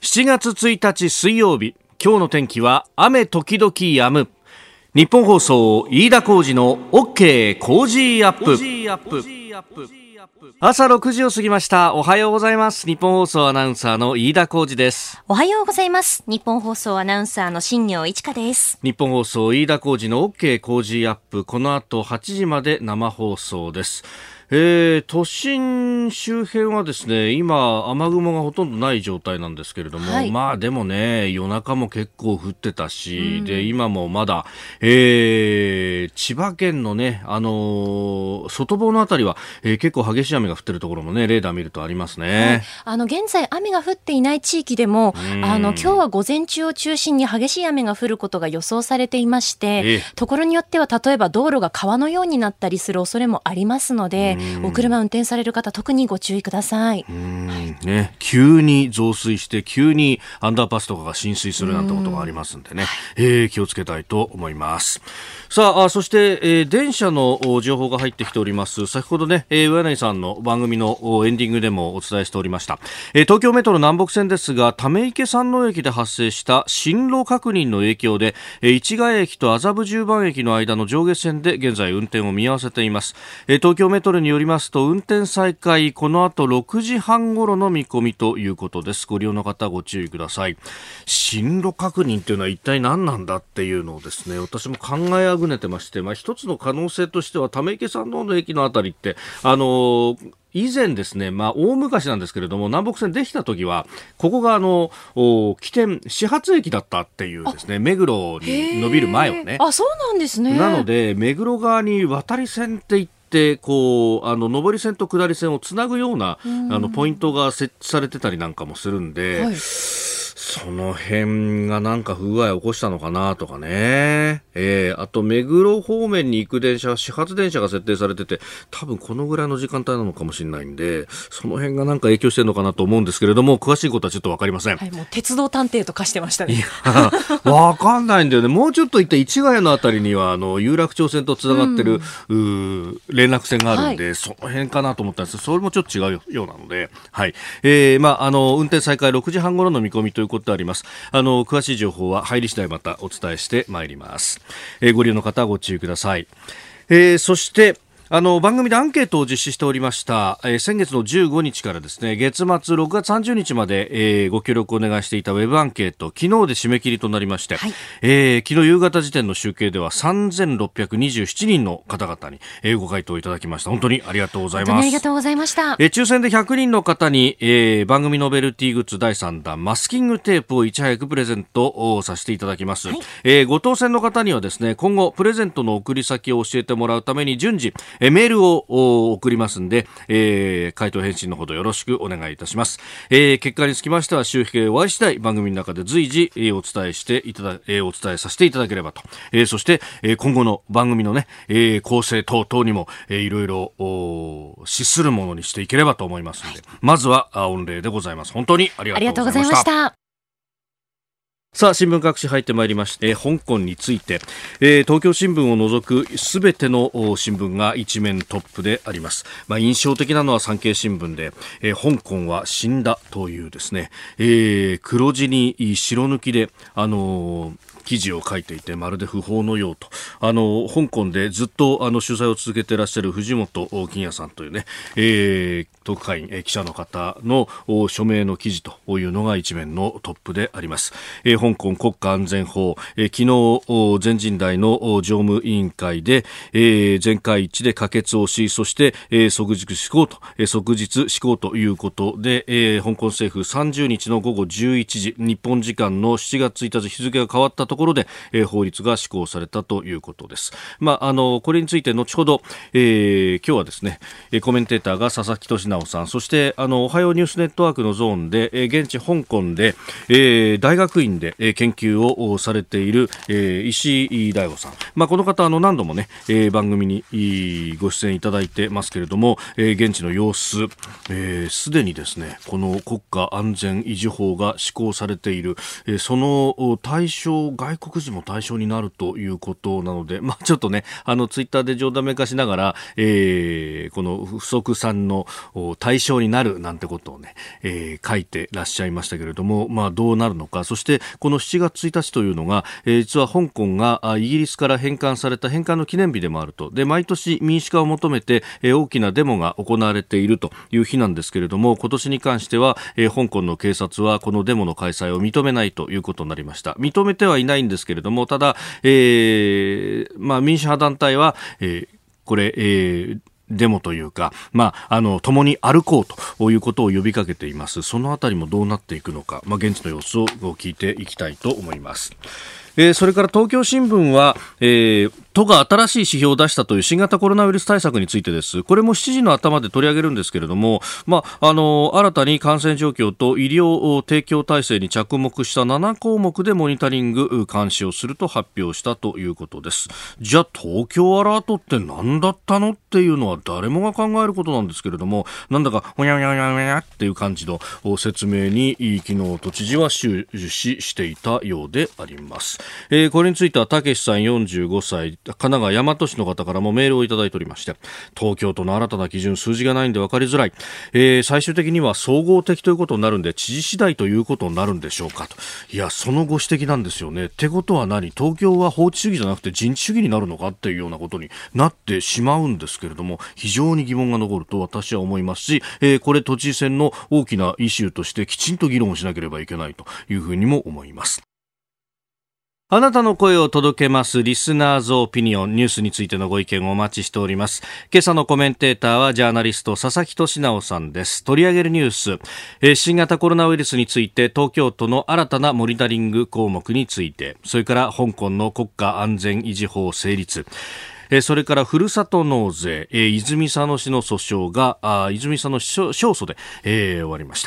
7月1日水曜日、今日の天気は雨時々止む。日本放送飯田浩司の OK コージーアップ。朝6時を過ぎました。おはようございます。日本放送アナウンサーの飯田浩司です。 おはようございます。日本放送アナウンサーの新業一華です。 日本放送飯田浩司の OK コージーアップ、この後8時まで生放送です。都心周辺はですね、今雨雲がほとんどない状態なんですけれども、はい、まあでもね、夜中も結構降ってたし、で今もまだ、千葉県のね、外房のあたりは、結構激しい雨が降ってるところもね、レーダー見るとありますね。 はい、現在雨が降っていない地域でも、今日は午前中を中心に激しい雨が降ることが予想されていまして、ところによっては例えば道路が川のようになったりする恐れもありますので、お車運転される方、特にご注意ください。 ね、急に増水して急にアンダーパスとかが浸水するなんてことがありますんでね、気をつけたいと思います。さあ、そして、電車の情報が入ってきております。先ほどね、上柳さんの番組のエンディングでもお伝えしておりました、東京メトロ南北線ですが、溜池山王駅で発生した進路確認の影響で、市ヶ谷駅と麻布十番駅の間の上下線で現在運転を見合わせています。東京メトロによりますと、運転再開この後6時半頃の見込みということです。ご利用の方ご注意ください。進路確認というのは一体何なんだっていうのをですね、私も考えあぐねてまして、一つの可能性としては、溜池山王の駅のあたりって以前ですね、大昔なんですけれども、南北線できた時はここが起点始発駅だったっていうですね、目黒に伸びる前はね。 そうなんですね。 なので目黒側に渡り線って言ってこう上り線と下り線をつなぐようなポイントが設置されてたりなんかもするんで、はい、その辺がなんか不具合を起こしたのかなとかね。あと目黒方面に行く電車、始発電車が設定されてて、多分このぐらいの時間帯なのかもしれないんで、その辺がなんか影響してるのかなと思うんですけれども、詳しいことはちょっとわかりません。 はい、もう鉄道探偵と化してましたね。 いや、わかんないんだよね。もうちょっと行った市ヶ谷のあたりには有楽町線とつながってる、連絡線があるんで、はい、その辺かなと思ったんですけど、それもちょっと違うようなので、はい。運転再開6時半頃の見込みということであります。詳しい情報は入り次第またお伝えしてまいります。ご利用の方はご注意ください。そして番組でアンケートを実施しておりました、先月の15日からですね、月末6月30日まで、ご協力をお願いしていたウェブアンケート、昨日で締め切りとなりまして、はい、昨日夕方時点の集計では3627人の方々に、ご回答いただきました。本当にありがとうございます。 本当にありがとうございました。 抽選で100人の方に、番組ノベルティグッズ第3弾マスキングテープをいち早くプレゼントをさせていただきます。はい、ご当選の方にはですね、今後プレゼントの送り先を教えてもらうために順次メールを送りますんで、回答返信のほどよろしくお願いいたします。結果につきましては周平お会いしたい番組の中で随時、お伝えさせていただければと、そして、今後の番組のね、構成等々にも、いろいろ資するものにしていければと思いますので、はい、まずは御礼でございます。本当にありがとうございました。さあ、新聞各紙入ってまいりまして、香港について、東京新聞を除くすべての新聞が一面トップであります。印象的なのは産経新聞で、香港は死んだというですね、黒字に白抜きで記事を書いていて、まるで不法のようと、香港でずっと取材を続けていらっしゃる藤本金也さんというね、特派員、記者の方の署名の記事というのが一面のトップであります。香港国家安全法、昨日全人代の常務委員会で、全会一致で可決をし、そして、即日施行ということで、香港政府30日の午後11時、日本時間の7月1日日付が変わったところで、法律が施行されたということです。これについて後ほど、今日はですね、コメンテーターが佐々木俊直さん、そしておはようニュースネットワークのゾーンで、現地香港で、大学院で、研究をされている、石井大吾さん、この方何度もね、番組にご出演いただいてますけれども、現地の様子、すでにですね、この国家安全維持法が施行されている、その対象外外国人も対象になるということなので、ちょっとね、ツイッターで冗談めかしながら、この不足産の対象になるなんてことをね、書いてらっしゃいましたけれども、どうなるのか。そしてこの7月1日というのが、実は香港がイギリスから返還された返還の記念日でもあると。で、毎年民主化を求めて、大きなデモが行われているという日なんですけれども、今年に関しては、香港の警察はこのデモの開催を認めないということになりました。認めてはいないんですけれども、ただ、民主派団体は、これ、デモというか、共に歩こうということを呼びかけています。そのあたりもどうなっていくのか、現地の様子を聞いていきたいと思います。それから東京新聞は、都が新しい指標を出したという新型コロナウイルス対策についてです。これも7時の頭で取り上げるんですけれども、新たに感染状況と医療提供体制に着目した7項目でモニタリング監視をすると発表したということです。じゃあ東京アラートって何だったのっていうのは誰もが考えることなんですけれども、なんだかほにゃほにゃほにゃほにゃっていう感じの説明に昨日都知事は終始していたようであります。これについてはたけしさん45歳神奈川大和市の方からもメールをいただいておりまして、東京都の新たな基準数字がないんで分かりづらい、最終的には総合的ということになるんで知事次第ということになるんでしょうかと。いや、そのご指摘なんですよね。ってことは東京は法治主義じゃなくて人治主義になるのかっていうようなことになってしまうんですけれども、非常に疑問が残ると私は思いますし、これ都知事選の大きなイシューとしてきちんと議論しなければいけないというふうにも思います。あなたの声を届けますリスナーズオピニオン。ニュースについてのご意見をお待ちしております。今朝のコメンテーターはジャーナリスト佐々木俊直さんです。取り上げるニュース、新型コロナウイルスについて東京都の新たなモニタリング項目について、それから香港の国家安全維持法成立、それからふるさと納税、泉佐野市の訴訟が泉佐野市勝訴で、終わりました。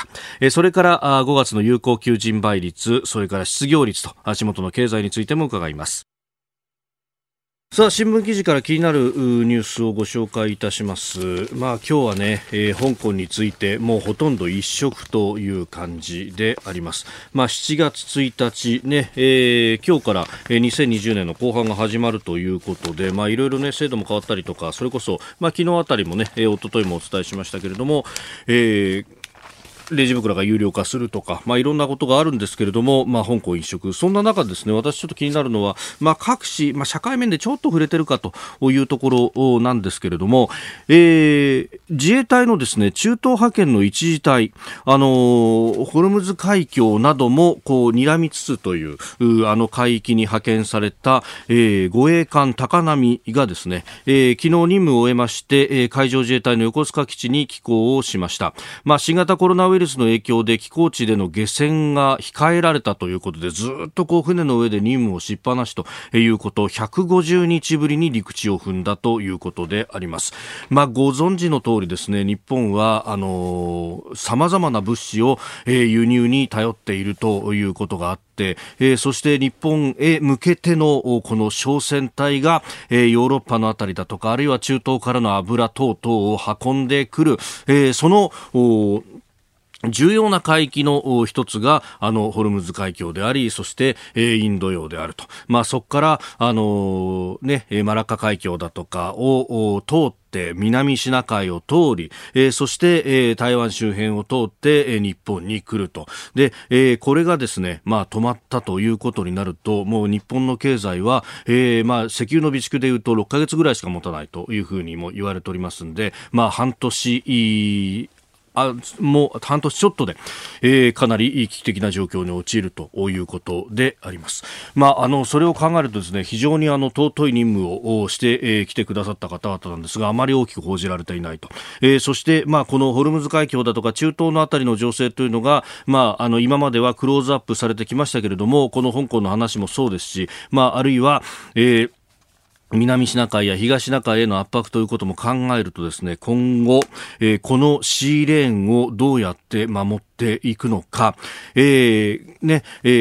それから5月の有効求人倍率、それから失業率と足元の経済についても伺います。さあ、新聞記事から気になるニュースをご紹介いたします。今日はね、香港についてもうほとんど一色という感じであります。7月1日ね、今日から2020年の後半が始まるということで、いろいろね、制度も変わったりとか、それこそ、昨日あたりもね、一昨日もお伝えしましたけれども、レジ袋が有料化するとか、いろんなことがあるんですけれども、香港一色。そんな中ですね、私ちょっと気になるのは、各市、社会面でちょっと触れてるかというところなんですけれども、自衛隊のですね、中東派遣の一時隊、ホルムズ海峡なども、睨みつつという、海域に派遣された、護衛艦高波がですね、昨日任務を終えまして、海上自衛隊の横須賀基地に寄港をしました。新型コロナウイルスの影響で寄港地での下船が控えられたということで、ずっと船の上で任務をしっぱなしということ、150日ぶりに陸地を踏んだということであります。ご存知の通りですね、日本は様々な物資を、輸入に頼っているということがあって、そして日本へ向けてのこの商船隊が、ヨーロッパのあたりだとか、あるいは中東からの油等々を運んでくる、その重要な海域の一つがホルムズ海峡であり、そしてインド洋であると。そこからマラッカ海峡だとかを通って南シナ海を通り、そして台湾周辺を通って日本に来ると。で、これがですね、止まったということになると、もう日本の経済は石油の備蓄でいうと6ヶ月ぐらいしか持たないというふうにも言われておりますんで、半年もう半年ちょっとで、かなり危機的な状況に陥るということであります。それを考えるとですね、非常に尊い任務をしてきてくださった方々なんですが、あまり大きく報じられていないと。そしてこのホルムズ海峡だとか中東のあたりの情勢というのが、今まではクローズアップされてきましたけれども、この香港の話もそうですし、あるいは、南シナ海や東シナ海への圧迫ということも考えるとですね、今後、このシーレーンをどうやって守っていくのか、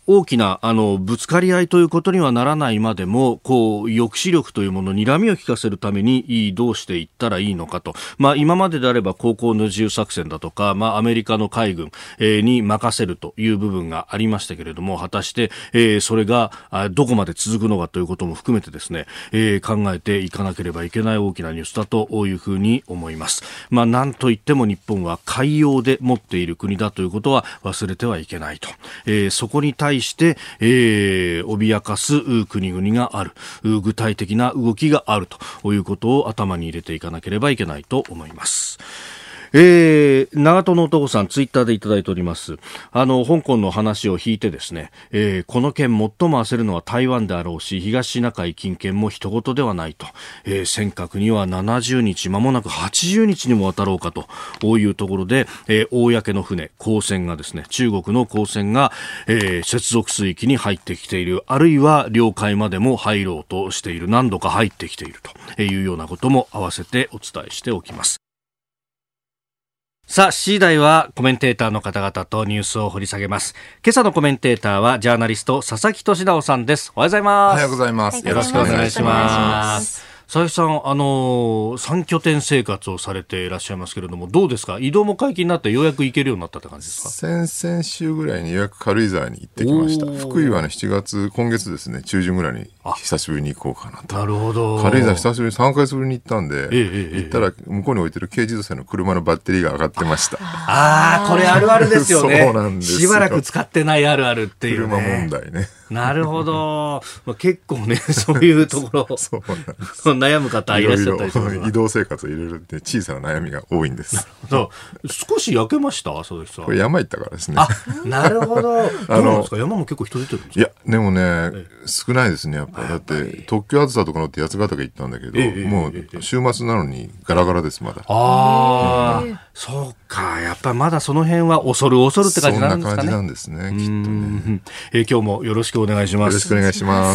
大きなぶつかり合いということにはならないまでも抑止力というものにらみを利かせるためにどうしていったらいいのかと、今までであれば航行の自由作戦だとか、アメリカの海軍、に任せるという部分がありましたけれども、果たして、それがどこまで続くのかということも含めてですね、考えていかなければいけない大きなニュースだというふうに思います。なんといっても日本は海洋で持っている国だということは忘れてはいけないと、そこに対して、脅かす国々がある、具体的な動きがあるということを頭に入れていかなければいけないと思います。長門の男さんツイッターでいただいております。香港の話を引いてですね、この件最も焦るのは台湾であろうし、東シナ海近県も人事ではないと、尖閣には70日間もなく80日にもわたろうかというところで、公の船公船がですね、中国の公船が、接続水域に入ってきている、あるいは領海までも入ろうとしている、何度か入ってきているというようなことも合わせてお伝えしておきます。さあ、7時台はコメンテーターの方々とニュースを掘り下げます。今朝のコメンテーターはジャーナリスト佐々木俊直さんです。おはようございます。 おはようございます。 よろしくお願いします。佐々木さん、3拠点生活をされていらっしゃいますけれども、どうですか？移動も解禁になってようやく行けるようになったって感じですか？ 先々週ぐらいにようやく軽井沢に行ってきました。福井はね、今月ですね、中旬ぐらいに久しぶりに行こうかなと。 なるほど。 軽井沢久しぶりに3ヶ月ぶりに行ったんで、行ったら向こうに置いてる軽自動車の車のバッテリーが上がってました。 これあるあるですよね。 そうなんですよ。 しばらく使ってないあるあるっていうね。 車問題ね。 なるほど。結構ね、そういうところそうなんです。 悩む方いらっしゃったりします。 移動生活いろいろって小さな悩みが多いんです。 少し焼けました？そうですか。 これ山行ったからですね。 なるほど。どうなんですか？山も結構人出てるんですか？ いや、でもね、少ないですね、やっぱ。だって、特急あずさとか乗って八ヶ岳行ったんだけど、もう週末なのにガラガラです、まだ。 そうか。やっぱまだその辺は恐るって感じなんですかね。 そんな感じなんですね、きっとね。 今日もよろしくお願いします。 よろしくお願いします。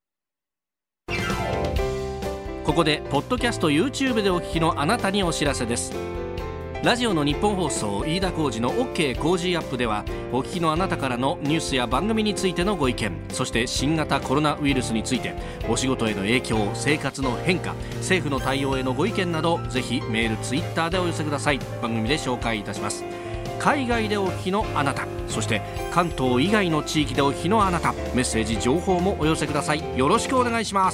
ここでポッドキャスト YouTube でお聞きのあなたにお知らせです。ラジオの日本放送飯田浩司の OK 工事アップでは、お聞きのあなたからのニュースや番組についてのご意見、そして新型コロナウイルスについて、お仕事への影響、生活の変化、政府の対応へのご意見など、ぜひメールツイッターでお寄せください。番組で紹介いたします。海外でお聞きのあなた、そして関東以外の地域でお聞きのあなた、メッセージ情報もお寄せください。よろしくお願いします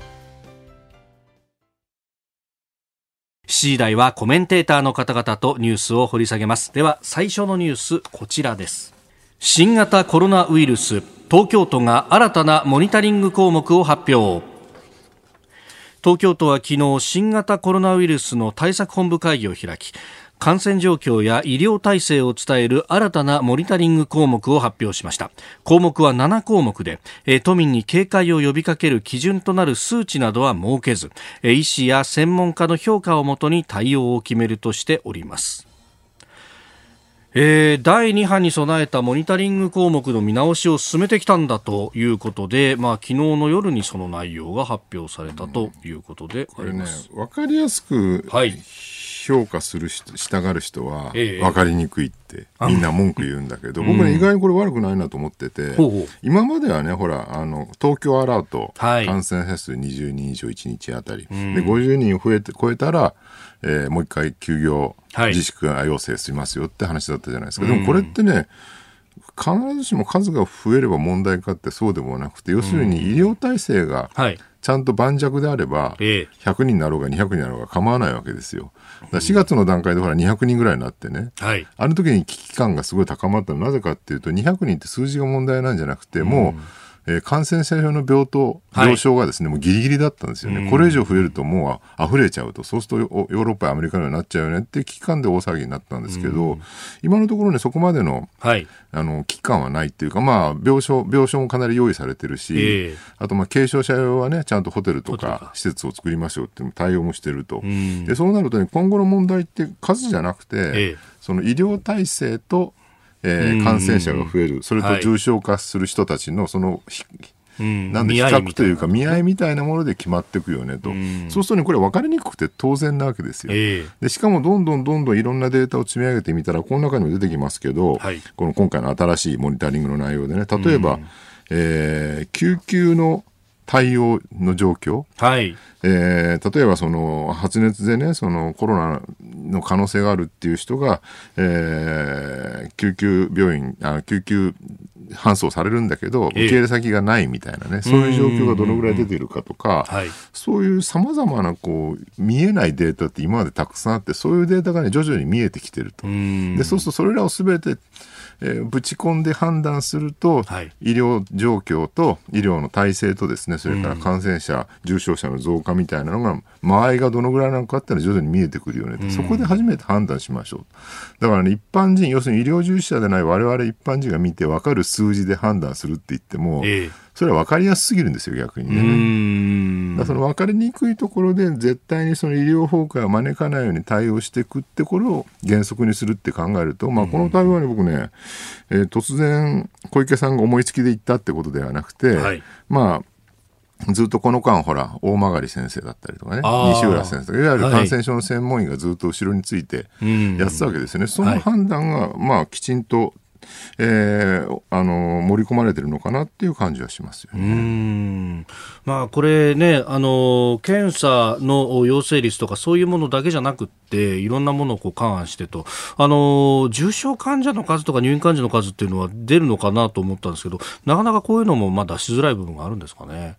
。7時台はコメンテーターの方々とニュースを掘り下げます。では最初のニュース、こちらです。新型コロナウイルス、東京都が新たなモニタリング項目を発表。東京都は昨日、新型コロナウイルスの対策本部会議を開き、感染状況や医療体制を伝える新たなモニタリング項目を発表しました。項目は7項目で、都民に警戒を呼びかける基準となる数値などは設けず、医師や専門家の評価をもとに対応を決めるとしております。第2波に備えたモニタリング項目の見直しを進めてきたんだということで、昨日の夜にその内容が発表されたということであります。 これね、分かりやすく、評価する人、したがる人は分かりにくいってみんな文句言うんだけど、僕ね、意外にこれ悪くないなと思ってて、今まではね、ほら東京アラート、感染者数20人以上1日あたり、で50人超えたら、もう一回休業自粛要請しますよって話だったじゃないですか。でもこれってね、必ずしも数が増えれば問題かってそうでもなくて、要するに医療体制がちゃんと盤石であれば、100人になろうが200人になろうが構わないわけですよ。だから4月の段階でほら200人ぐらいになってね、あの時に危機感がすごい高まったのはなぜかっていうと、200人って数字が問題なんじゃなくて、もう感染者用の病床がですね、もうギリギリだったんですよね。これ以上増えるともう溢れちゃうと、そうするとヨーロッパやアメリカのようになっちゃうよねって危機感で大騒ぎになったんですけど、今のところね、そこまでの、危機感はないっていうか、病床もかなり用意されてるし、あと軽症者用はね、ちゃんとホテルとか施設を作りましょうって対応もしてると。でそうなるとね、今後の問題って数じゃなくて、その医療体制と感染者が増える、それと重症化する人たちのそのなんで比較というか見合いみたいなもので決まっていくよねと、そうするとこれ分かりにくくて当然なわけですよ、でしかもどんどんいろんなデータを積み上げてみたらこの中にも出てきますけど、この今回の新しいモニタリングの内容でね、例えば、救急の対応の状況、例えばその発熱でね、そのコロナの可能性があるっていう人が、救急搬送されるんだけど受け入れ先がないみたいなね、そういう状況がどのぐらい出ているかとか、そういうさまざまなこう見えないデータって今までたくさんあって、そういうデータがね徐々に見えてきてると。でそうするとそれらをすべてぶち込んで判断すると、医療状況と医療の体制とですね、それから感染者、重症者の増加みたいなのが間合いがどのぐらいなのかっていうのは徐々に見えてくるよね、そこで初めて判断しましょう。だからね、一般人、要するに医療従事者でない我々一般人が見て分かる数字で判断するって言っても、それは分かりやすすぎるんですよ、逆にね。だからその分かりにくいところで絶対にその医療崩壊を招かないように対応していくってこれを原則にするって考えると、この対応はね、僕ね、突然小池さんが思いつきで言ったってことではなくて、ずっとこの間ほら大曲先生だったりとかね、西浦先生、いわゆる感染症の専門医がずっと後ろについてやってたわけですよね。その判断がきちんと盛り込まれてるのかなっていう感じはしますよね。 これね、検査の陽性率とかそういうものだけじゃなくっていろんなものをこう勘案してと、重症患者の数とか入院患者の数っていうのは出るのかなと思ったんですけど、なかなかこういうのも出しづらい部分があるんですかね。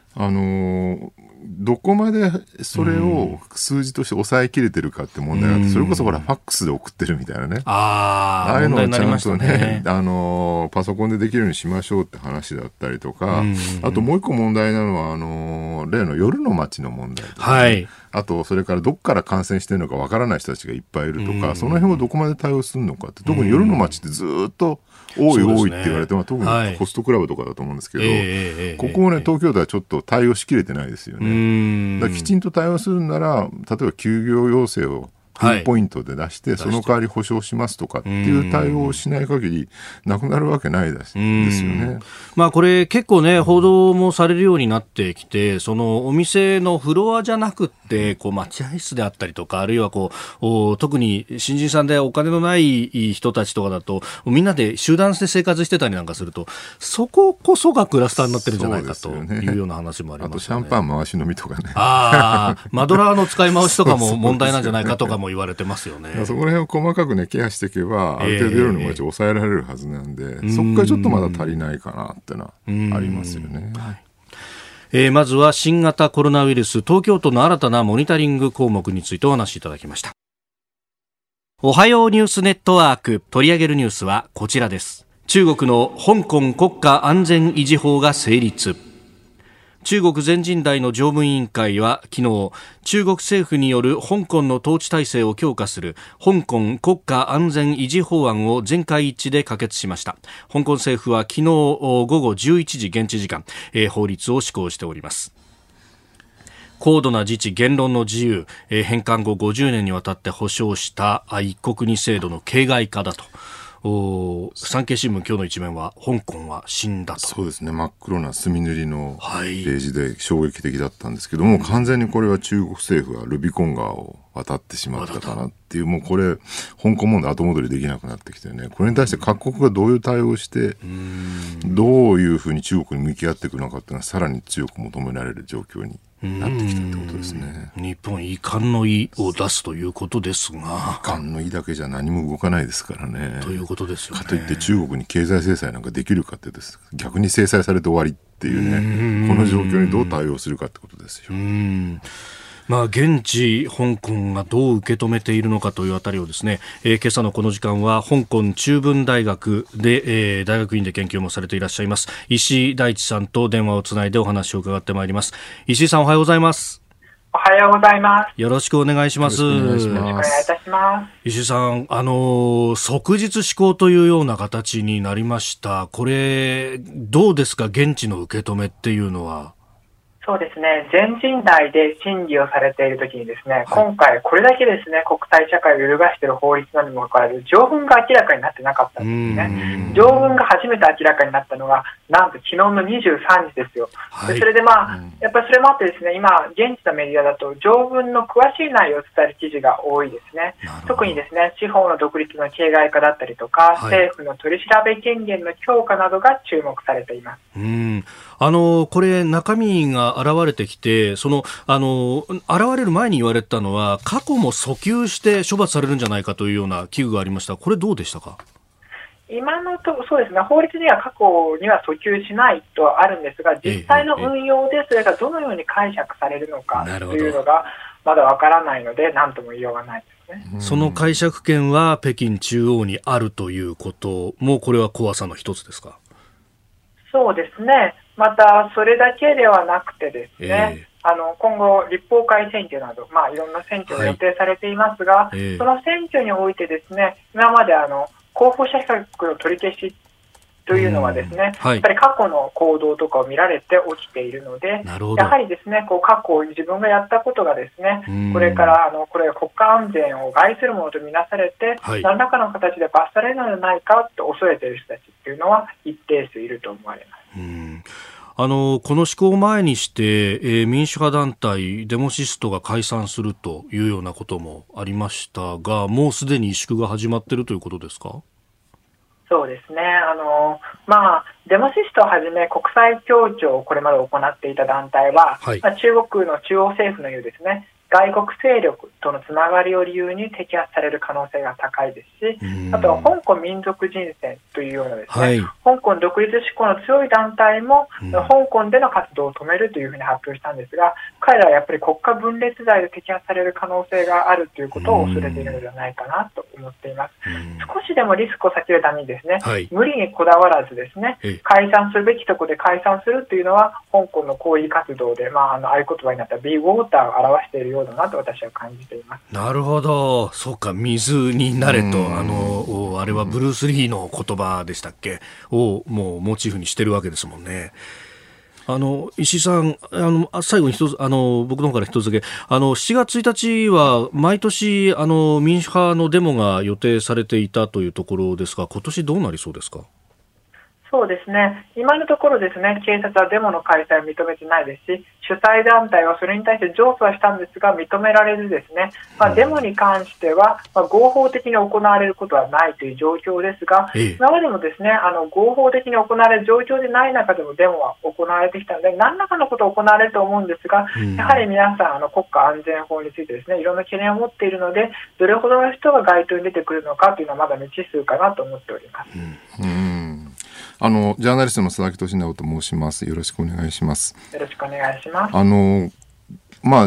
どこまでそれを数字として抑えきれてるかって問題があって、それこそほらファックスで送ってるみたいなね、ああいうのをちゃんとね、パソコンでできるようにしましょうって話だったりとか、あともう一個問題なのは例の夜の街の問題とか、あとそれからどっから感染してるのかわからない人たちがいっぱいいるとか、その辺をどこまで対応するのかって、特に夜の街ってずっと多いって言われて、特にホストクラブとかだと思うんですけど、ここもね東京都はちょっと対応しきれてないですよね。だからきちんと対応するなら、例えば休業要請をピンポイントで出して、その代わり保証しますとかっていう対応をしない限りなくなるわけないですよね。 これ結構ね報道もされるようになってきて、そのお店のフロアじゃなくってこう待合室であったりとか、あるいは特に新人さんでお金のない人たちとかだとみんなで集団で生活してたりなんかすると、そここそがクラスターになってるんじゃないかというような話もありますよね。 あとシャンパン回し飲みとかね、 マドラーの使い回しとかも問題なんじゃないかとかも言われてますよね。 そこら辺を細かくねケアしていけば、ある程度夜の街を抑えられるはずなんで、そこからちょっとまだ足りないかなってのはありますよね。 まずは新型コロナウイルス東京都の新たなモニタリング項目についてお話しいただきました。おはようニュースネットワーク、取り上げるニュースはこちらです。中国の香港国家安全維持法が成立。中国全人代の常務委員会は昨日、中国政府による香港の統治体制を強化する香港国家安全維持法案を全会一致で可決しました。香港政府は昨日午後11時現地時間、法律を施行しております。高度な自治言論の自由、返還後50年にわたって保障した一国二制度の形骸化だと。産経新聞今日の一面は香港は死んだと。 そうですね、真っ黒な墨塗りのページで衝撃的だったんですけども、完全にこれは中国政府がルビコン川を渡ってしまったかなっていう、もうこれ香港問題後戻りできなくなってきてね、これに対して各国がどういう対応してどういうふうに中国に向き合っていくのかっていうのはさらに強く求められる状況になってきたってことですね。 日本遺憾の意を出すということですが、 遺憾の意だけじゃ何も動かないですからね。 ということですよね。 かといって中国に経済制裁なんかできるかってです、逆に制裁されて終わりっていうね、この状況にどう対応するかってことですよ。 現地香港がどう受け止めているのかというあたりをですね、今朝のこの時間は香港中文大学で、大学院で研究もされていらっしゃいます石井大地さんと電話をつないでお話を伺ってまいります。石井さん、おはようございます。 おはようございます。 よろしくお願いします。 よろしくお願いいたします。 石井さん、即日施行というような形になりました。これどうですか、現地の受け止めっていうのは。 そうですね、全人代で審議をされているときにですね、今回これだけですね、国際社会を揺るがしている法律なのにもかかわらず、条文が明らかになってなかったんですね。条文が初めて明らかになったのが、なんと昨日の23日ですよ。でそれでやっぱりそれもあってですね、今、現地のメディアだと条文の詳しい内容を伝える記事が多いですね。特にですね、司法の独立の形骸化だったりとか、政府の取り調べ権限の強化などが注目されています。 これ中身が現れてきて、現れる前に言われたのは過去も訴求して処罰されるんじゃないかというような危惧がありました。これどうでしたか？ 今のところそうですね、法律には過去には訴求しないとはあるんですが、実際の運用でそれがどのように解釈されるのかというのがまだわからないので、何とも言いようがないですね。 その解釈権は北京中央にあるということも、これは怖さの一つですか？ そうですね。またそれだけではなくてですね、今後立法会選挙など、いろんな選挙が予定されていますが、その選挙においてですね、今まで候補者資格の取り消しというのはですね、やっぱり過去の行動とかを見られて起きているので、やはりですね、過去自分がやったことがですね、これからこれが国家安全を害するものとみなされて、何らかの形で罰されるのではないかと恐れている人たちというのは一定数いると思われます。 この施行を前にして、民主派団体デモシストが解散するというようなこともありましたが、もうすでに萎縮が始まっているということですか？ そうですね、デモシストをはじめ国際協調をこれまで行っていた団体は、中国の中央政府のいうですね、外国勢力とのつながりを理由に摘発される可能性が高いですし、あとは香港民族人選というようなですね、香港独立志向の強い団体も、香港での活動を止めるというふうに発表したんですが、彼らはやっぱり国家分裂罪で摘発される可能性があるということを恐れているのではないかなと思っています。少しでもリスクを避けるためにですね、無理にこだわらずですね、解散するべきところで解散するというのは、香港の抗議活動で、合言葉になった Be Water を表しているようだなと私は感じています。 なるほど、そうか、水になれと、あれはブルース・リーの言葉でしたっけをもうモチーフにしてるわけですもんね。石井さん、最後に一つ、僕の方から一つだけ、7月1日は毎年民主派のデモが予定されていたというところですが、今年どうなりそうですか？ そうですね、今のところですね、警察はデモの開催を認めてないですし、主催団体はそれに対して上訴はしたんですが認められずですね、デモに関しては、合法的に行われることはないという状況ですが、今までもですね、合法的に行われる状況でない中でもデモは行われてきたので、何らかのことが行われると思うんですが、やはり皆さん国家安全法についてですね、いろんな懸念を持っているので、どれほどの人が街頭に出てくるのかというのはまだ未知数かなと思っております。 ジャーナリストの佐々木俊直と申します。よろしくお願いします。 よろしくお願いします。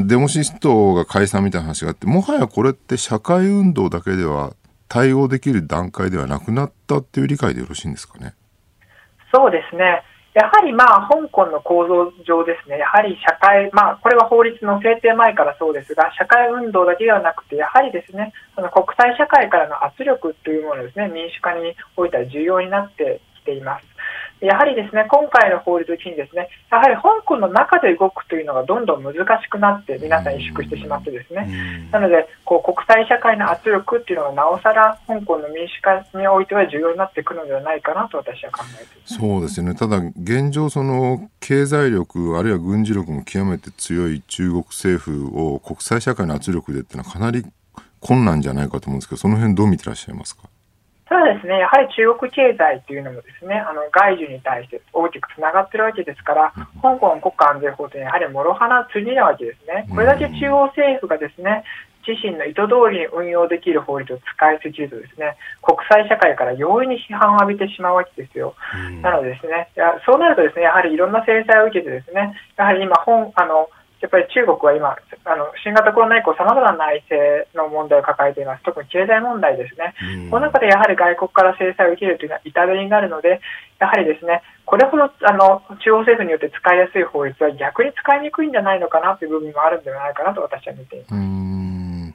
デモシストが解散みたいな話があって、もはやこれって社会運動だけでは対応できる段階ではなくなったっていう理解でよろしいんですかね？ そうですね。やはり香港の構造上ですね、やはり社会、これは法律の制定前からそうですが、社会運動だけではなくて、やはりですね、国際社会からの圧力というものですね、民主化においては重要になってきています。やはりですね、今回の法律を機にですね、やはり香港の中で動くというのがどんどん難しくなって皆さん萎縮してしまってですね、なので国際社会の圧力っていうのがなおさら香港の民主化においては重要になってくるのではないかなと私は考えています。 そうですよね。ただ現状経済力あるいは軍事力も極めて強い中国政府を国際社会の圧力でっていうのはかなり困難じゃないかと思うんですけど、その辺どう見てらっしゃいますか？ ただですね、やはり中国経済というのもですね、外需に対して大きくつながっているわけですから、香港国家安全法というのはやはり諸刃の剣なわけですね。これだけ中央政府がですね、自身の意図通りに運用できる法律を使いすぎるとですね、国際社会から容易に批判を浴びてしまうわけですよ。なのでですね、そうなるとですね、やはりいろんな制裁を受けてですね、やはり今やっぱり中国は今新型コロナ以降さまざまな内政の問題を抱えています。特に経済問題ですね。この中でやはり外国から制裁を受けるというのは痛手になるので、やはりですね、これほど中央政府によって使いやすい法律は逆に使いにくいんじゃないのかなという部分もあるんではないかなと私は見ています。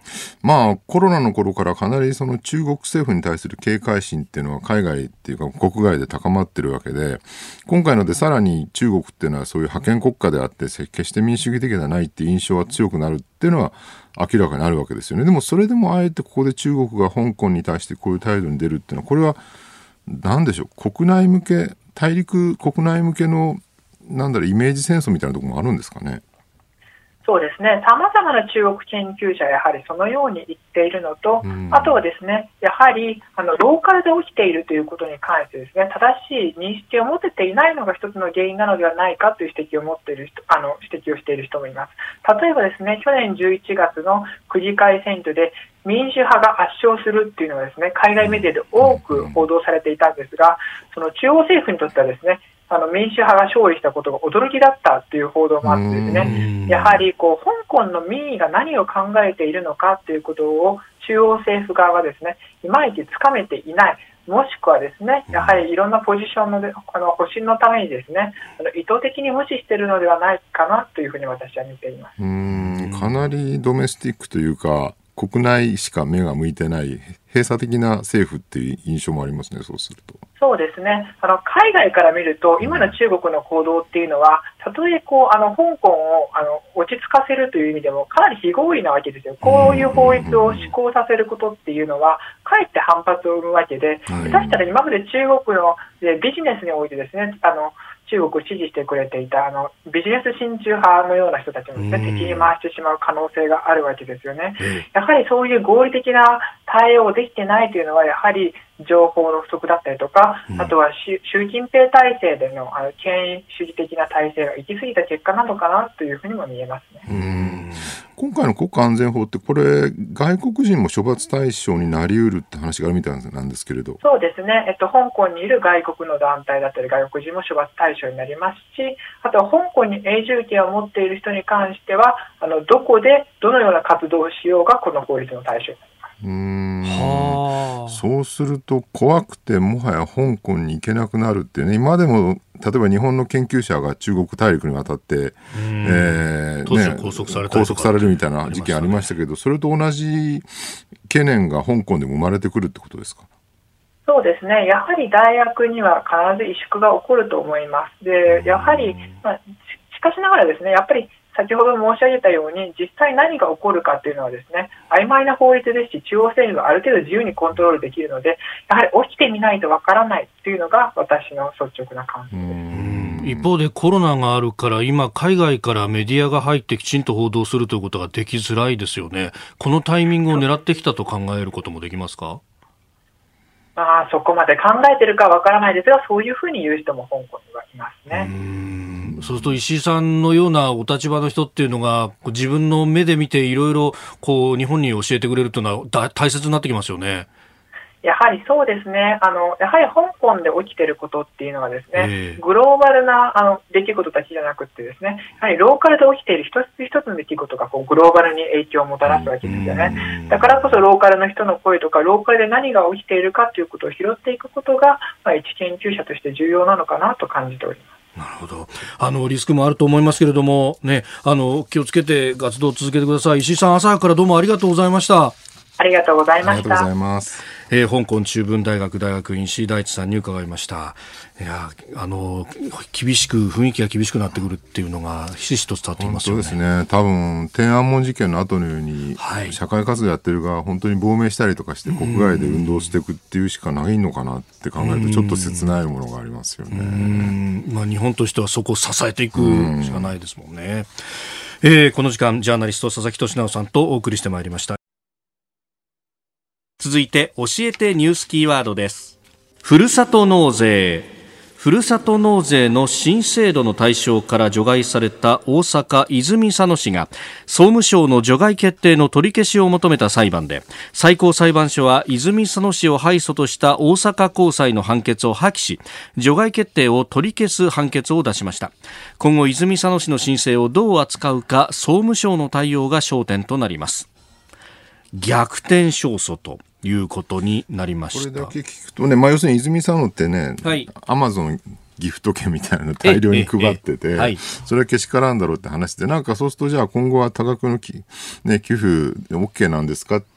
まあコロナの頃からかなりその中国政府に対する警戒心っていうのは海外っていうか国外で高まってるわけで、今回のでさらに中国っていうのはそういう覇権国家であって決して民主主義的ではないっていう印象は強くなるっていうのは明らかにあるわけですよね。でもそれでもあえてここで中国が香港に対してこういう態度に出るっていうのは、これは何でしょう、国内向け、大陸国内向けのイメージ戦争みたいなところもあるんですかね。 そうですね、さまざまな中国研究者はやはりそのように言っているのと、あとはですね、やはりローカルで起きているということに関してですね、正しい認識を持てていないのが一つの原因なのではないかという指摘を持っている人、指摘をしている人もいます。例えばですね、去年11月の区議会選挙で民主派が圧勝するっていうのはですね、海外メディアで多く報道されていたんですが、その中央政府にとってはですね、民主派が勝利したことが驚きだったという報道もあってですね、やはり香港の民意が何を考えているのかということを中央政府側がですね、いまいちつかめていない、もしくはですね、やはりいろんなポジションの保身のためにですね、意図的に無視しているのではないかなというふうに私は見ています。 かなりドメスティックというか、国内しか目が向いてない閉鎖的な政府っていう印象もありますね。そうすると。 そうですね、海外から見ると今の中国の行動っていうのは、たとえ香港を落ち着かせるという意味でもかなり非合理なわけですよ。こういう法律を施行させることっていうのはかえって反発を生むわけで、下手したら今まで中国のビジネスにおいてですね、中国を支持してくれていたビジネス親中派のような人たちもですね、敵に回してしまう可能性があるわけですよね。やはりそういう合理的な対応できてないというのは、やはり情報の不足だったりとか、あとは習近平体制での権威主義的な体制が行き過ぎた結果なのかなというふうにも見えますね。 今回の国家安全法ってこれ外国人も処罰対象になりうるって話があるみたいなんですけれど。 そうですね、香港にいる外国の団体だったり外国人も処罰対象になりますし、あとは香港に永住権を持っている人に関してはどこでどのような活動をしようがこの法律の対象になります。 そうすると怖くてもはや香港に行けなくなるってね、今でも例えば日本の研究者が中国大陸に渡って拘束されるみたいな事件ありましたけど、それと同じ懸念が香港でも生まれてくるってことですか。 そうですね、やはり大学には必ず萎縮が起こると思います。でやはり、しかしながらですね、やっぱり先ほど申し上げたように実際何が起こるかというのはですね、曖昧な法律ですし、中央政府がある程度自由にコントロールできるので、やはり起きてみないとわからないというのが私の率直な感想です。 一方でコロナがあるから今海外からメディアが入ってきちんと報道するということができづらいですよね。このタイミングを狙ってきたと考えることもできますか。 そこまで考えてるかわからないですが、そういうふうに言う人も香港にはいますね。 そうすると石井さんのようなお立場の人っていうのが自分の目で見ていろいろ日本に教えてくれるというのは大切になってきますよね。 やはりそうですね、やはり香港で起きていることっていうのはですね、グローバルな出来事だけじゃなくてですね、やはりローカルで起きている一つ一つの出来事がグローバルに影響をもたらすわけですよね。だからこそローカルの人の声とかローカルで何が起きているかということを拾っていくことが、一研究者として重要なのかなと感じております。 なるほど。リスクもあると思いますけれどもね、気をつけて活動を続けてください。石井さん、朝からどうもありがとうございました。 ありがとうございました。 ありがとうございます。 香港中文大学大学院石井大地さんに伺いました。いや、厳しく雰囲気が厳しくなってくるっていうのがひしひしと伝わってきますよね。 そうですね。多分天安門事件の後のように、社会活動やってるが本当に亡命したりとかして国外で運動していくっていうしかないのかなって考えるとちょっと切ないものがありますよね。 日本としてはそこを支えていくしかないですもんね。この時間ジャーナリスト佐々木俊直さんとお送りしてまいりました。続いて教えてニュースキーワードです。ふるさと納税。ふるさと納税の新制度の対象から除外された大阪泉佐野市が総務省の除外決定の取り消しを求めた裁判で、最高裁判所は泉佐野市を敗訴とした大阪高裁の判決を破棄し、除外決定を取り消す判決を出しました。今後泉佐野市の申請をどう扱うか、総務省の対応が焦点となります。逆転勝訴ということになりました。 これだけ聞くとね、要するに泉佐野ってね、アマゾンギフト券みたいなの大量に配ってて、それはけしからんだろうって話で、なんかそうするとじゃあ今後は多額の、寄付 OK なんですかっ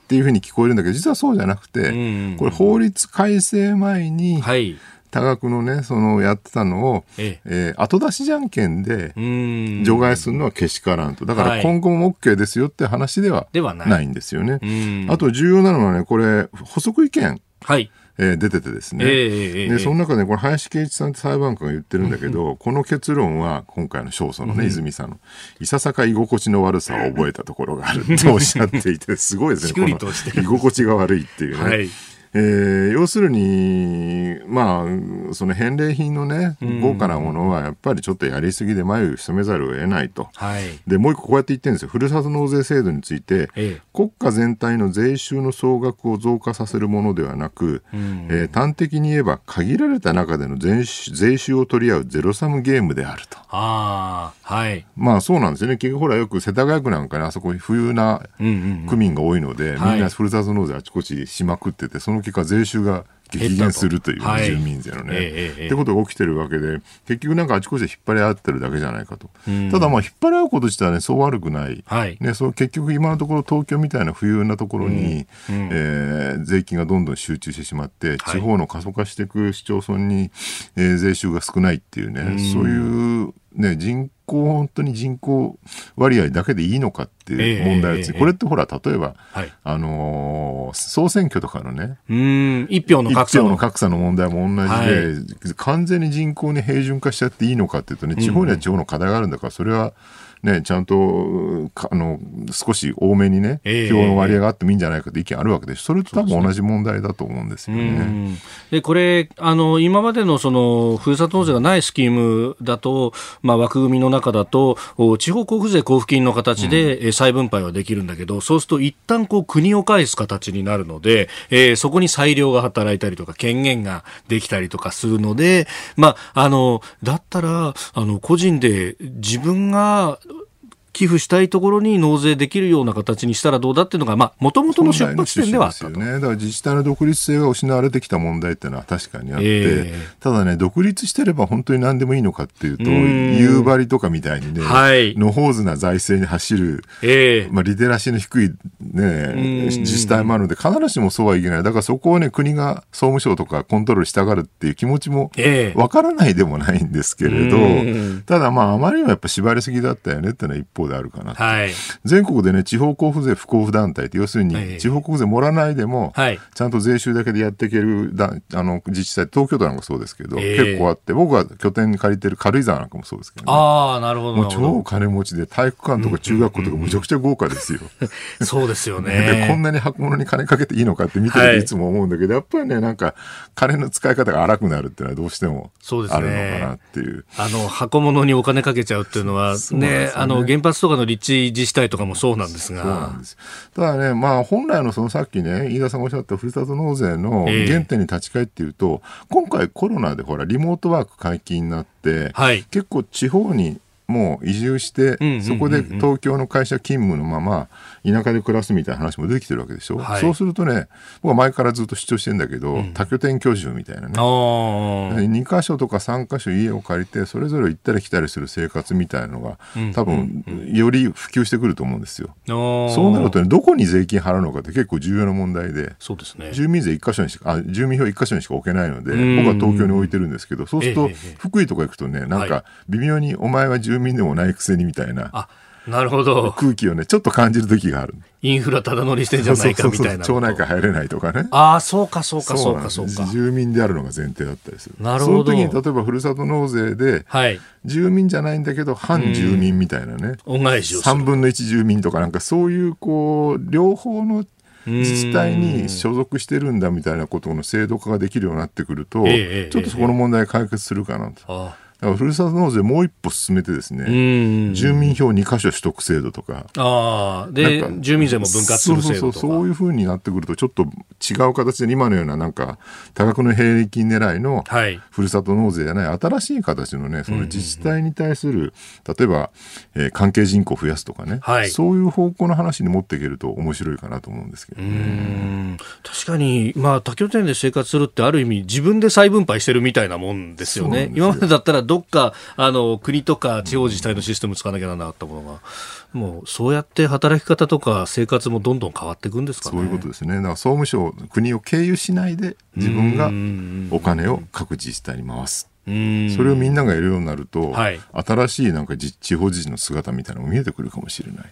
っていうふうに聞こえるんだけど、実はそうじゃなくて、これ法律改正前に、多額のね、やってたのを、後出しじゃんけんで除外するのはけしからんと。だから今後も OK ですよって話ではないんですよね。あと重要なのはね、これ、補足意見。出ててですね、でその中でこれ林圭一さんって裁判官が言ってるんだけど、この結論は今回の勝訴のね、泉さんのいささか居心地の悪さを覚えたところがあるっておっしゃっていて、すごいですね、この居心地が悪いっていうね。要するに、その返礼品のね、豪華なものはやっぱりちょっとやりすぎで眉を潜めざるを得ないと。で、もう一個こうやって言ってるんですよ。ふるさと納税制度について、国家全体の税収の総額を増加させるものではなく、端的に言えば限られた中での税収を取り合うゼロサムゲームであると。そうなんですよね。結局ほらよく世田谷区なんかね、あそこ富裕な区民が多いので、みんなふるさと納税あちこちしまくってて、その結果税収が激減するという、住民税のね、ってことが起きてるわけで、結局なんかあちこちで引っ張り合ってるだけじゃないかと。ただ引っ張り合うこと自体はね、そう悪くない。結局今のところ東京みたいな富裕なところに、税金がどんどん集中してしまって、地方の過疎化していく市町村に、税収が少ないっていうね、そういうね、本当に人口割合だけでいいのかっていう問題これってほら、例えば、総選挙とかのね、 一票の格差の問題も同じで、完全に人口に平準化しちゃっていいのかっていうとね、地方には地方の課題があるんだから、それはね、ちゃんと少し多めにね、票の割合があってもいいんじゃないかという意見あるわけです。それと多分同じ問題だと思うんですよね。 で、これ今までのふるさと納税がないスキームだと、枠組みの中だと地方交付税交付金の形で再分配はできるんだけど、そうすると一旦国を返す形になるので、そこに裁量が働いたりとか権限ができたりとかするので、だったら個人で自分が寄付したいところに納税できるような形にしたらどうだっていうのが、もともとの出発点ではあったと。 だから自治体の独立性が失われてきた問題っていうのは確かにあって、ただね、独立してれば本当に何でもいいのかっていうと、夕張とかみたいにね、野放図な財政に走る、リテラシーの低い、ね、自治体もあるので、必ずしもそうはいけない。だからそこをね、国が総務省とかコントロールしたがるっていう気持ちもわからないでもないんですけれど、ただあまりにもやっぱ縛りすぎだったよねっていうのは一方であるかなと。全国でね、地方交付税不交付団体って、要するに地方交付税もらわないでも、ちゃんと税収だけでやっていける自治体、東京都なんかそうですけど、結構あって、僕が拠点に借りてる軽井沢なんかもそうですけどね。 なるほど。 もう超金持ちで、体育館とか中学校とかむちゃくちゃ豪華ですよ。 そうですよね。 でこんなに箱物に金かけていいのかって見てるといつも思うんだけど、やっぱりね、なんか金の使い方が荒くなるっていうのはどうしてもあるのかなっていう。 箱物にお金かけちゃうっていうのはね、原発とかの立地自治体とかもそうなんですが。 そうなんです。ただね、本来のさっきね、飯田さんがおっしゃったふるさと納税の原点に立ち返っていうと、今回コロナでほらリモートワーク解禁になって、結構地方にもう移住して、そこで東京の会社勤務のまま田舎で暮らすみたいな話も出てきてるわけでしょ。そうするとね、僕は前からずっと主張してるんだけど、多拠点居住みたいなね、2カ所とか3カ所家を借りてそれぞれ行ったり来たりする生活みたいなのが多分より普及してくると思うんですよ。そうなるとね、どこに税金払うのかって結構重要な問題で、 そうですね、 住民税1カ所にしか住民票1カ所にしか置けないので、僕は東京に置いてるんですけど、そうすると福井とか行くとね、なんか微妙にお前は住民でもないくせにみたいな、 なるほど、 空気をねちょっと感じる時がある。 インフラただ乗りしてんじゃないかみたいな。 町内会入れないとかね。 そうか。 住民であるのが前提だったりする。 なるほど。 その時に例えばふるさと納税で、住民じゃないんだけど反住民みたいなね、 恩返しをする。 3分の1住民とかなんかそういう両方の自治体に所属してるんだみたいなことの制度化ができるようになってくると、ちょっとそこの問題解決するかなと。だからふるさと納税もう一歩進めてですね、住民票2カ所取得制度とか、 で住民税も分割する制度とか、 そういう風になってくるとちょっと違う形で今のようななんか多額の平均狙いのふるさと納税じゃない新しい形のね、その自治体に対する例えば、関係人口を増やすとかね、そういう方向の話に持っていけると面白いかなと思うんですけどね。 確かに、多拠点で生活するってある意味自分で再分配してるみたいなもんですよね。今までだったらどっか国とか地方自治体のシステム使わなきゃならなかったものが、もうそうやって働き方とか生活もどんどん変わっていくんですかね。 そういうことですね。だから総務省、国を経由しないで自分がお金を各自治体に回す。それをみんながやるようになると、はい、新しいなんか地方自治の姿みたいなのが見えてくるかもしれない。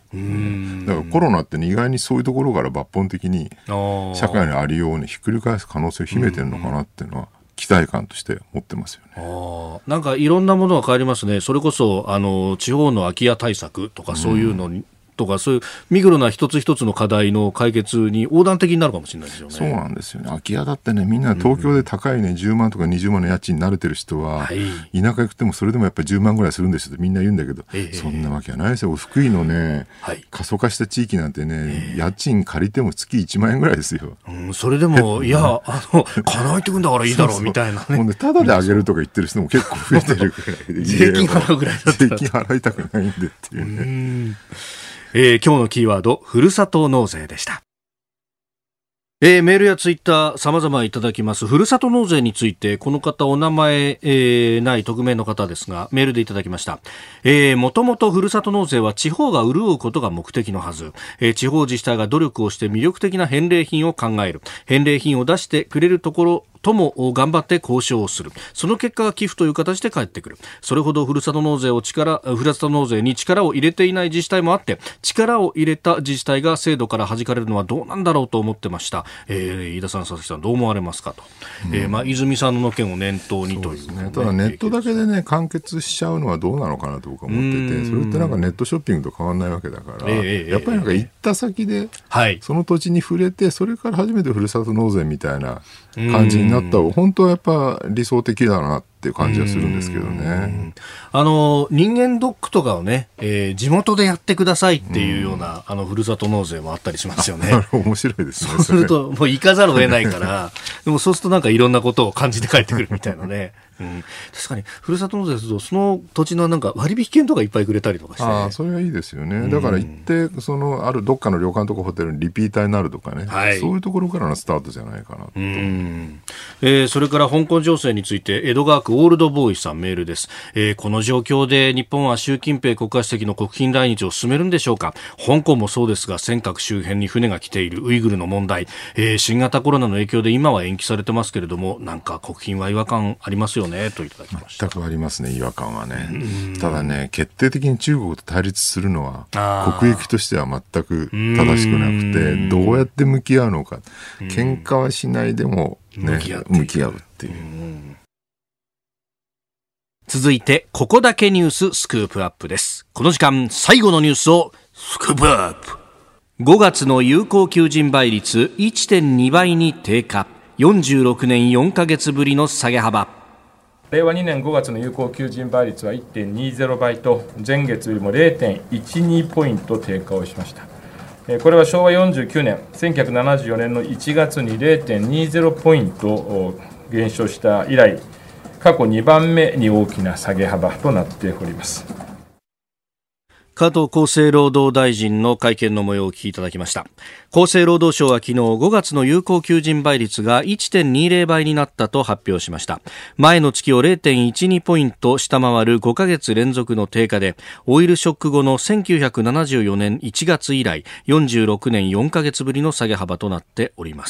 だからコロナって、ね、意外にそういうところから抜本的に社会のありようを、ね、ひっくり返す可能性を秘めてるのかなっていうのは期待感として持ってますよね。 なんかいろんなものが変わりますね。それこそ地方の空き家対策とかそういうのに、とかそういうミクロな一つ一つの課題の解決に横断的になるかもしれないですよね。 そうなんですよね。空き家だってね、みんな東京で高いね、10万とか20万の家賃に慣れてる人は、はい、田舎行くてもそれでもやっぱり10万ぐらいするんですよってみんな言うんだけど、そんなわけはないですよ。福井のね、はい、過疎化した地域なんてね、家賃借りても月1万円ぐらいですよ。 それでもいや叶えてくんだからいいだろうみたいなね。 もうね、ただであげるとか言ってる人も結構増えてるぐらいで税金払うぐらいだったら税金払いたくないんでっていうね。 今日のキーワード、ふるさと納税でした。メールやツイッター様々いただきます。ふるさと納税について、この方お名前、ない匿名の方ですが、メールでいただきました。もともとふるさと納税は地方が潤うことが目的のはず。地方自治体が努力をして魅力的な返礼品を考える。返礼品を出してくれるところとも頑張って交渉をする。その結果が寄付という形で返ってくる。それほどふるさと納税に力を入れていない自治体もあって、力を入れた自治体が制度から弾かれるのはどうなんだろうと思ってました。飯田さん、佐々木さん、どう思われますかと。泉さんの件を念頭にという、 ね、ただネットだけでね完結しちゃうのはどうなのかなと僕は思ってて、それってなんかネットショッピングと変わらないわけだから、やっぱりなんか行った先で、その土地に触れて、それから初めてふるさと納税みたいな感じになった方が本当はやっぱ理想的だなっていう感じはするんですけどね。 人間ドックとかをね、地元でやってくださいっていうようなふるさと納税もあったりしますよね。 面白いですね。 そうするともう行かざるを得ないからでもそうするとなんかいろんなことを感じて帰ってくるみたいなね。確かにふるさと納税するとその土地のなんか割引券とかいっぱいくれたりとかして、ね、 それはいいですよね。だから行ってあるどっかの旅館とかホテルにリピーターになるとかね、そういうところからのスタートじゃないかなと。 それから香港情勢について江戸川区オールドボーイさんメールです。この状況で日本は習近平国家主席の国賓来日を進めるんでしょうか。香港もそうですが尖閣周辺に船が来ているウイグルの問題、新型コロナの影響で今は延期されてますけれども、なんか国賓は違和感ありますよねといただきました。 全くありますね、違和感はね。ただね、決定的に中国と対立するのは国益としては全く正しくなくて、どうやって向き合うのか、喧嘩はしないでも、ね、向き合うっていう。 続いてここだけニューススクープアップです。この時間最後のニュースをスクープアップ。5月の有効求人倍率 1.2 倍に低下。46年4ヶ月ぶりの下げ幅。 令和2年5月の有効求人倍率は 1.20 倍と前月よりも 0.12 ポイント低下をしました。これは昭和49年1974年の1月に 0.20 ポイント減少した以来、過去2番目に大きな下げ幅となっております。 加藤厚生労働大臣の会見の模様をお聞きいただきました。厚生労働省は昨日5月の有効求人倍率が 1.20 倍になったと発表しました。前の月を 0.12 ポイント下回る5ヶ月連続の低下で、オイルショック後の1974年1月以来46年4ヶ月ぶりの下げ幅となっております。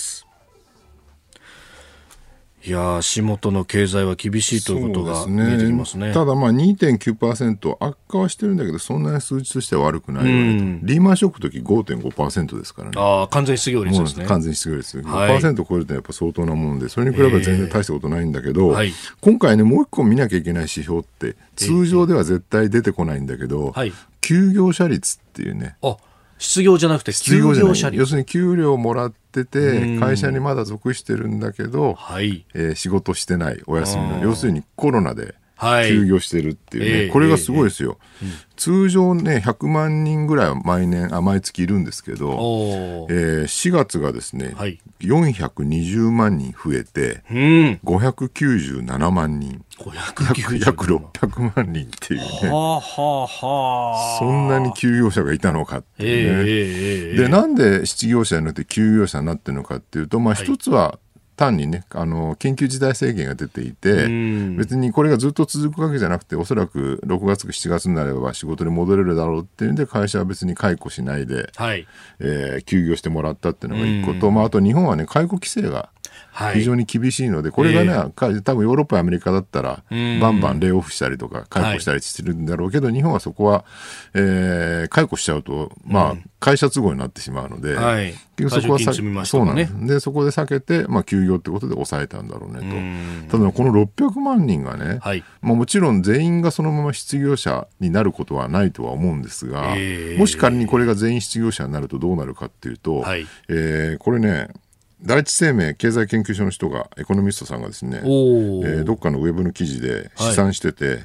いや、足元の経済は厳しいということが見えてきますね。 ただ2.9% 悪化はしてるんだけど、そんなに数字としては悪くないよねと。リーマンショックの時 5.5% ですからね。 完全失業率ですね。 完全失業率 5% 超えるとやっぱ相当なもんで、それに比べれば全然大したことないんだけど、今回ね、もう一個見なきゃいけない指標って通常では絶対出てこないんだけど、休業者率っていうね。 失業じゃなくて休業者率。 要するに給料をもらってて会社にまだ属してるんだけど、仕事してない、お休みの、要するにコロナで休業してるっていうね、これがすごいですよ。通常ね100万人ぐらいは毎月いるんですけど、4月がですね、420万人増えて、597万人、約600万人っていうね、そんなに休業者がいたのかっていうね。で、なんで失業者になって休業者になってるのかっていうと、一つは単にね緊急事態宣言が出ていて、別にこれがずっと続くわけじゃなくて、おそらく6月か7月になれば仕事に戻れるだろうっていうんで、会社は別に解雇しないで、休業してもらったっていうのが一個と、あと日本はね解雇規制が非常に厳しいので、これがね、多分ヨーロッパやアメリカだったらバンバンレイオフしたりとか解雇したりしてるんだろうけど、日本はそこは、解雇しちゃうと、会社都合になってしまうので、結局そこはそうなんですで、そこで避けて、休業ってことで抑えたんだろうねと。ただこの600万人がね、もちろん全員がそのまま失業者になることはないとは思うんですが、もし仮にこれが全員失業者になるとどうなるかっていうと、これね、第一生命経済研究所の人が、エコノミストさんがですね、どっかのウェブの記事で試算してて、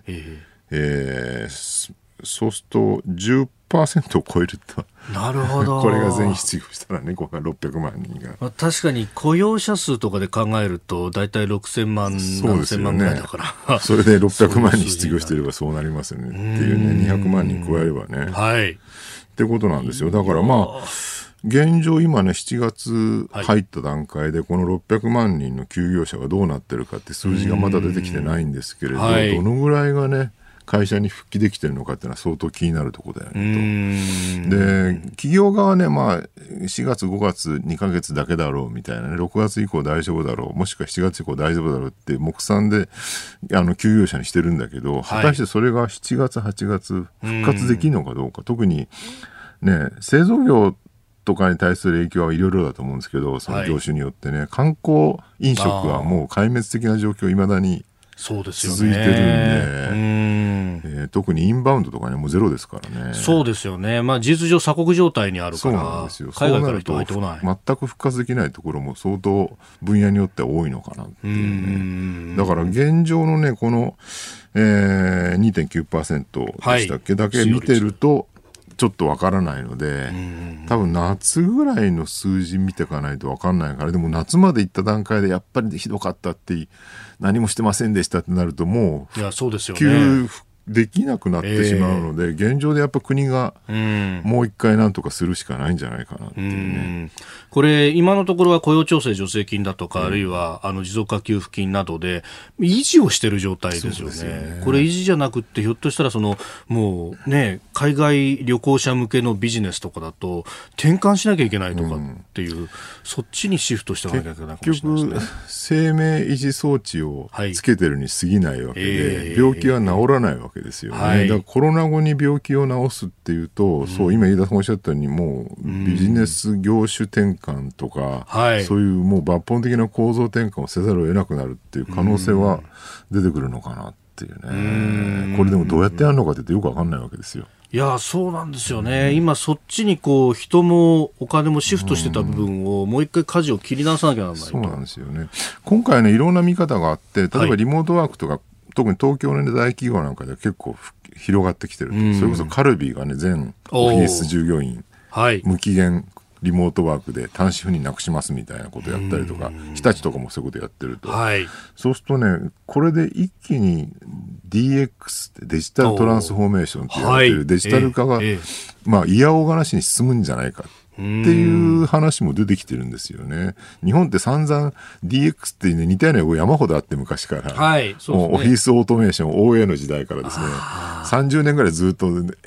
そうすると 10% を超えると。 なるほど。 これが全員失業したらね、ここが600万人が。 確かに雇用者数とかで考えると、だいたい6000万、7000万ぐらいだから。 それで600万人失業していればそうなりますよね。っていうね、200万人加えればね。ってことなんですよ。だから現状今ね、7月入った段階でこの600万人の休業者がどうなってるかって数字がまだ出てきてないんですけれど、どのぐらいがね会社に復帰できてるのかっていうのは相当気になるところだよねと。で、企業側はね、4月5月2ヶ月だけだろうみたいなね、6月以降大丈夫だろう、もしくは7月以降大丈夫だろうって目算で休業者にしてるんだけど、果たしてそれが7月8月復活できるのかどうか、特にね、製造業とかに対する影響はいろいろだと思うんですけど、その業種によってね、観光飲食はもう壊滅的な状況いまだに続いてるんで、特にインバウンドとかねもうゼロですからね。 そうですよね。事実上鎖国状態にあるから、そうなんですよ。海外から人が入ってこない。 全く復活できないところも相当分野によっては多いのかなっていうね。だから現状のねこの、2.9% でしたっけだけ見てるとちょっとわからないので、多分夏ぐらいの数字見ていかないとわかんないから、でも夏まで行った段階でやっぱりひどかったって何もしてませんでしたってなるともう給付できなくなってしまうので、現状でやっぱ国がもう一回なんとかするしかないんじゃないかなっていうね。 これ今のところは雇用調整助成金だとか、あるいは持続化給付金などで維持をしている状態ですよね。これ維持じゃなくってひょっとしたらもうね海外旅行者向けのビジネスとかだと転換しなきゃいけないとかっていう、そっちにシフトしていかなきゃいけないかもしれないですね。 結局生命維持装置をつけてるに過ぎないわけで、病気は治らないわけですよね。だからコロナ後に病気を治すっていうと、そう今飯田さんおっしゃったようにもうビジネス業種転換とか、そういうもう抜本的な構造転換をせざるを得なくなるっていう可能性は出てくるのかなっていうね。これでもどうやってやるのかって言ってよく分かんないわけですよ。 いやそうなんですよね。今そっちに人もお金もシフトしてた部分をもう一回舵を切り直さなきゃならないと。 そうなんですよね。今回ねいろんな見方があって、例えばリモートワークとか、特に東京の大企業なんかでは結構広がってきてると。それこそカルビーがね全オフィス従業員無期限リモートワークで単身赴任なくしますみたいなことやったりとか、日立とかもそういうことやってると、そうするとねこれで一気に DX ってデジタルトランスフォーメーションって言われてるデジタル化がいやおうがなしに進むんじゃないかっていう話も出てきてるんですよね。日本って散々 DX って似たような用語山ほどあって、昔から、もうオフィスオートメーション OA の時代からですね、30年ぐらいずっと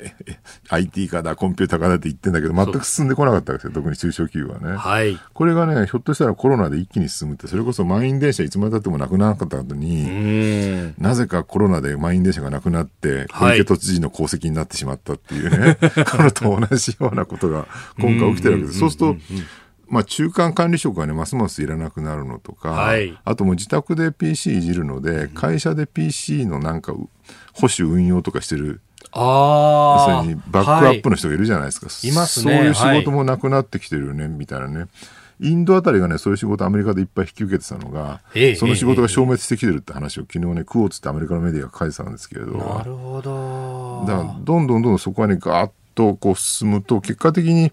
IT 化だコンピューター化だって言ってんだけど全く進んでこなかったんですよ、特に中小企業はね。これがねひょっとしたらコロナで一気に進むって、それこそ満員電車いつまでたってもなくならなかった後になぜかコロナで満員電車がなくなって小池都知事の功績になってしまったっていうね、これと同じようなことが今回起きてるわけです。そうすると中間管理職がねますますいらなくなるのとか、あともう自宅で PC いじるので会社で PC のなんか保守運用とかしてる、それにバックアップの人がいるじゃないですか。いますね。そういう仕事もなくなってきてるよねみたいなね。インドあたりがねそういう仕事アメリカでいっぱい引き受けてたのが、その仕事が消滅してきてるって話を昨日ねクオーツってアメリカのメディアが書いてたんですけれど、 なるほど。 だからどんどんそこはねガーッと進むと結果的に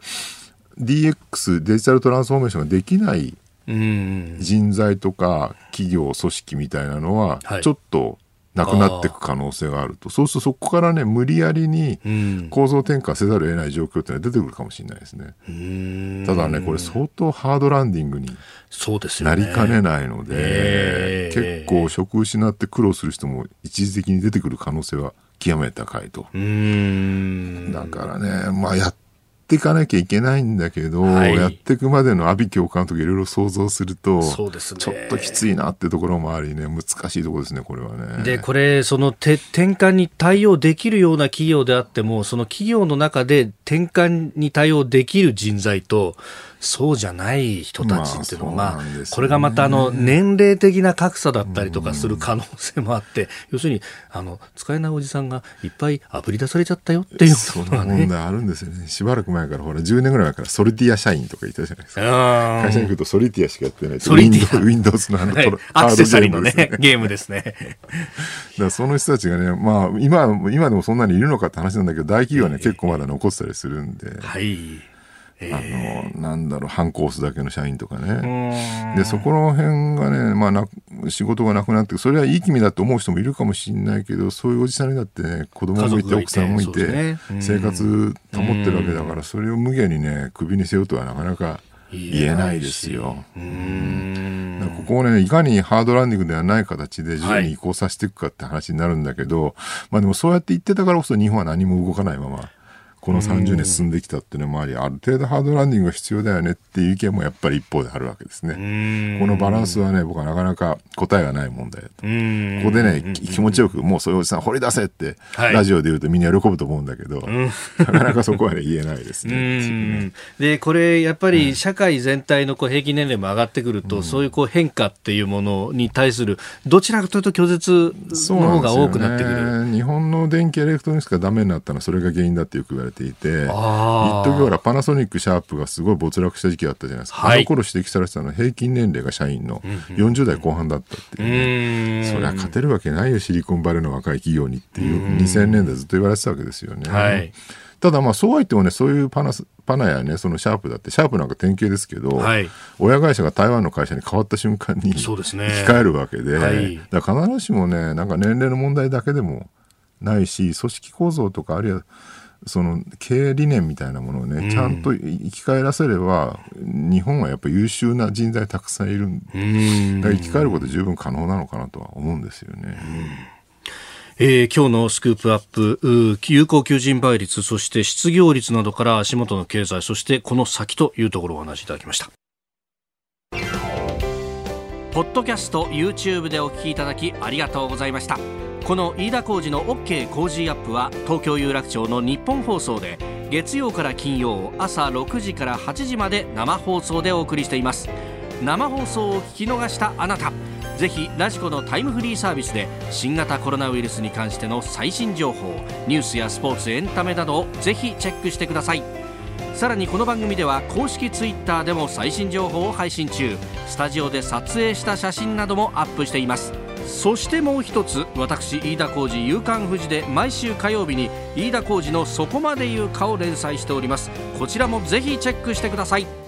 DX デジタルトランスフォーメーションができない人材とか企業組織みたいなのはちょっとなくなっていく可能性があると、そうするとそこからね無理やりに構造転換せざるを得ない状況ってのは出てくるかもしれないですね。ただねこれ相当ハードランディングになりかねないので、結構職失って苦労する人も一時的に出てくる可能性は極めて高いと。だからねやっていかなきゃいけないんだけど、やっていくまでの阿鼻教官とかいろいろ想像するとそうですね、 ちょっときついなってところもありね、難しいところですねこれはね。 でこれその転換に対応できるような企業であっても、その企業の中で転換に対応できる人材とそうじゃない人たちっていうのは、これがまた年齢的な格差だったりとかする可能性もあって、要するに使えないおじさんがいっぱいあぶり出されちゃったよっていうことがね、 その問題あるんですよね。しばらく前からほら10年ぐらい前からソルティア社員とか言ったじゃないですか。会社に来るとソリティアしかやってない。Windows のアクセサリーのねゲームですね。 だからその人たちがね、今でもそんなにいるのかって話なんだけど、大企業はね結構まだ残ってたりするんで。半コースだけの社員とかね。でそこの辺がね、仕事がなくなって、それはいい気味だと思う人もいるかもしれないけど、そういうおじさんになってね、子供もいて奥さんもいて生活保ってるわけだから、それを無限にねクビにせよとはなかなか言えないですよ。ここをねいかにハードランディングではない形で徐々に移行させていくかって話になるんだけど、でもそうやって言ってたからこそ日本は何も動かないままこの30年進んできたっていうのもあり、ある程度ハードランディングが必要だよねっていう意見もやっぱり一方であるわけですね。このバランスはね僕はなかなか答えがない問題だと。ここでね気持ちよくもうそういうおじさん掘り出せってラジオで言うとみんな喜ぶと思うんだけど、なかなかそこはね言えないですね。 でこれやっぱり社会全体の平均年齢も上がってくると、そういう変化っていうものに対するどちらかというと拒絶の方が多くなってくる。 日本の電気エレクトロニクスがダメになったのはそれが原因だってよく言われていて、一時ほらパナソニックシャープがすごい没落した時期だったじゃないですか。あの頃指摘されてたのは平均年齢が社員の40代後半だったっていうね。そりゃ勝てるわけないよシリコンバレーの若い企業にっていう2000年代ずっと言われてたわけですよね。ただそうは言ってもね、そういうパナやね、そのシャープだって、シャープなんか典型ですけど、親会社が台湾の会社に変わった瞬間に生き返るわけで、だから必ずしもね、なんか年齢の問題だけでもないし、組織構造とかあるいはその経営理念みたいなものをね、ちゃんと生き返らせれば、日本はやっぱり優秀な人材たくさんいるんで、生き返ること十分可能なのかなとは思うんですよね。 今日のスクープアップ、有効求人倍率、そして失業率などから足元の経済、そしてこの先というところをお話しいただきました。ポッドキャスト YouTube でお聞きいただきありがとうございました。この飯田浩司の OK 工事アップは東京有楽町の日本放送で月曜から金曜朝6時から8時まで生放送でお送りしています。生放送を聞き逃したあなた、ぜひラジコのタイムフリーサービスで新型コロナウイルスに関しての最新情報、ニュースやスポーツ、エンタメなどをぜひチェックしてください。さらにこの番組では公式ツイッターでも最新情報を配信中。スタジオで撮影した写真などもアップしています。そしてもう一つ、私飯田浩司夕刊フジで毎週火曜日に飯田浩司のそこまで言うかを連載しております。こちらもぜひチェックしてください。